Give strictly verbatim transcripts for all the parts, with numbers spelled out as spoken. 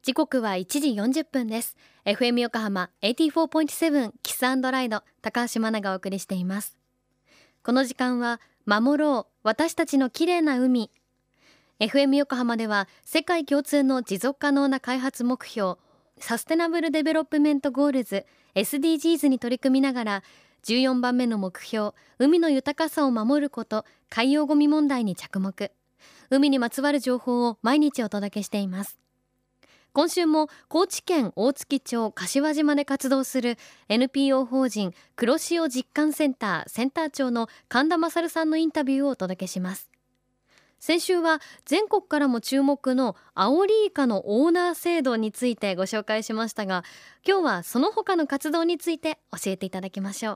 時刻はいちじよんじゅっぷんです。 エフエム 横浜 エイティフォーポイントセブン キス&ライド、高橋真奈がお送りしています。この時間は守ろう私たちの綺麗な海。 エフエム 横浜では世界共通の持続可能な開発目標サステナブルデベロップメントゴールズ エスディージーズ に取り組みながら、じゅうよんばんめの目標海の豊かさを守ること海洋ゴミ問題に着目。海にまつわる情報を毎日お届けしています。今週も高知県大月町柏島で活動する エヌピーオー 法人黒潮実感センターセンター長の神田勝さんのインタビューをお届けします。先週は全国からも注目のアオリイカのオーナー制度についてご紹介しましたが、今日はその他の活動について教えていただきましょ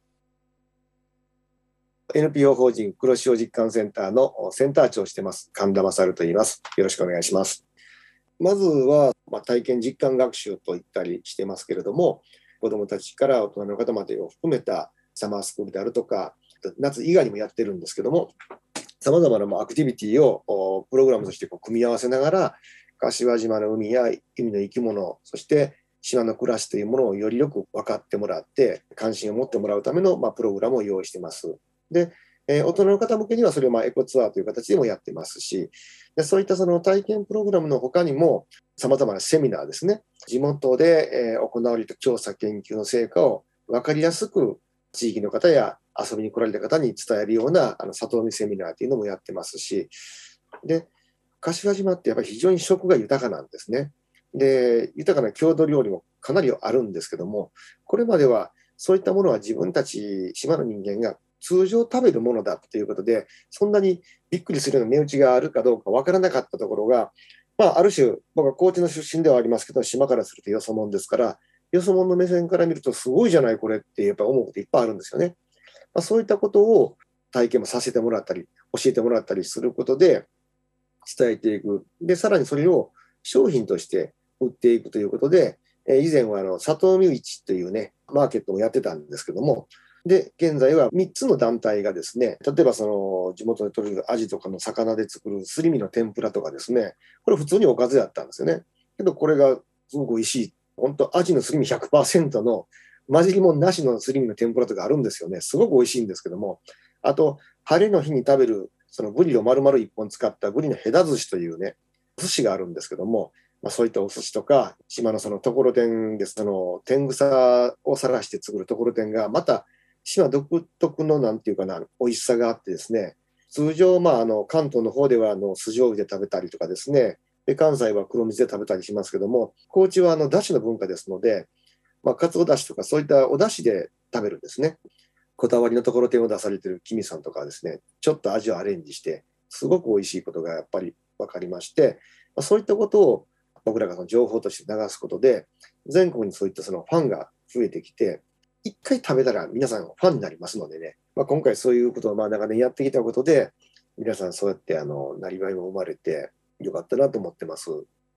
う。エヌピーオー 法人黒潮実感センターのセンター長をしています神田勝と言います。よろしくお願いします。まずは、まあ、体験実感学習と言ったりしてますけれども、子どもたちから大人の方までを含めたサマースクールであるとか、夏以外にもやってるんですけども、さまざまなアクティビティをプログラムとしてこう組み合わせながら、柏島の海や海の生き物、そして島の暮らしというものをよりよく分かってもらって、関心を持ってもらうための、まあ、プログラムを用意しています。でえー、大人の方向けにはそれをまあエコツアーという形でもやってますし、でそういったその体験プログラムの他にもさまざまなセミナーですね、地元で、えー、行われた調査研究の成果を分かりやすく地域の方や遊びに来られた方に伝えるようなあの里海セミナーというのもやってますし、で柏島ってやっぱり非常に食が豊かなんですね。で豊かな郷土料理もかなりあるんですけども、これまではそういったものは自分たち島の人間が通常食べるものだということで、そんなにびっくりするような値打ちがあるかどうかわからなかったところが、まあ、ある種、僕は高知の出身ではありますけど、島からするとよそ者ですから、よそ者の目線から見ると、すごいじゃない、これってやっぱ思うこといっぱいあるんですよね。まあ、そういったことを体験もさせてもらったり、教えてもらったりすることで、伝えていく。で、さらにそれを商品として売っていくということで、以前はあの里海市というね、マーケットもやってたんですけども、で、現在はみっつの団体がですね、例えばその地元で取れるアジとかの魚で作るすり身の天ぷらとかですね、これ普通におかずやったんですよね。けどこれがすごく美味しい。本当アジのすり身 ひゃくパーセント の混じりもなしのすり身の天ぷらとかあるんですよね。すごく美味しいんですけども、あと、晴れの日に食べるそのブリを丸々いっぽん使ったブリのヘダ寿司というね、寿司があるんですけども、まあ、そういったお寿司とか、島のそのところてんです。あの、天草をさらして作るところてんが、また島独特のなんていうかな、美味しさがあってですね、通常、まあ、あの関東の方ではあの酢醤油で食べたりとかですね、で関西は黒水で食べたりしますけども、高知はあのだしの文化ですので、まあ、かつおだしとかそういったおだしで食べるんですね。こだわりのところてんを出されているキミさんとかはですね、ちょっと味をアレンジして、すごく美味しいことがやっぱり分かりまして、まあ、そういったことを僕らがその情報として流すことで、全国にそういったそのファンが増えてきて、一回食べたら皆さんファンになりますのでね、まあ、今回そういうことをまあ長年やってきたことで、皆さんそうやってあのなりわいも生まれてよかったなと思ってます。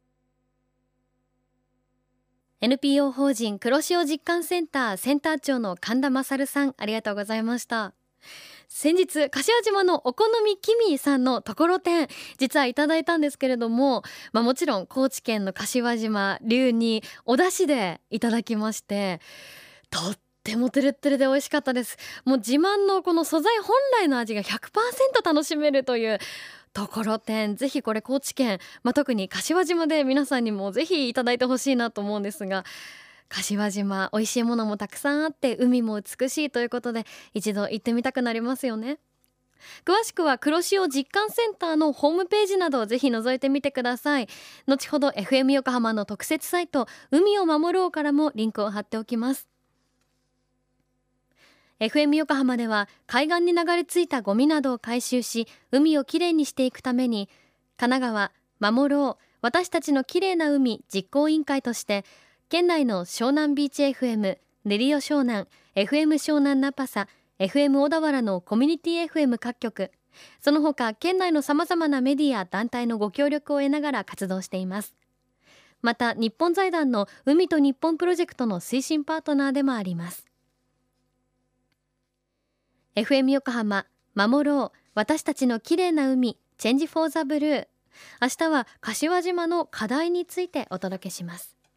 エヌピーオー 法人黒潮実感センターセンター長の神田勝さん、ありがとうございました。先日柏島のお好みきみさんのところてん、実はいただいたんですけれども、まあ、もちろん高知県の柏島流にお出汁でいただきまして、とってもトゥルットゥルで美味しかったです。もう自慢のこの素材本来の味が ひゃくパーセント 楽しめるというところてん、ぜひこれ高知県、まあ、特に柏島で皆さんにもぜひいただいてほしいなと思うんですが、柏島美味しいものもたくさんあって海も美しいということで、一度行ってみたくなりますよね。詳しくは黒潮実感センターのホームページなどをぜひ覗いてみてください。後ほど エフエム 横浜の特設サイト海を守ろうからもリンクを貼っておきます。エフエム 横浜では海岸に流れ着いたゴミなどを回収し、海をきれいにしていくために、神奈川守ろう私たちのきれいな海実行委員会として、県内の湘南ビーチ エフエム、レディオ湘南、エフエム 湘南ナパサ、エフエム 小田原のコミュニティ エフエム 各局、その他県内のさまざまなメディア団体のご協力を得ながら活動しています。また日本財団の海と日本プロジェクトの推進パートナーでもあります。エフエム 横浜守ろう私たちのきれいな海チェンジフォーザブルー。 明日は柏島の課題についてお届けします。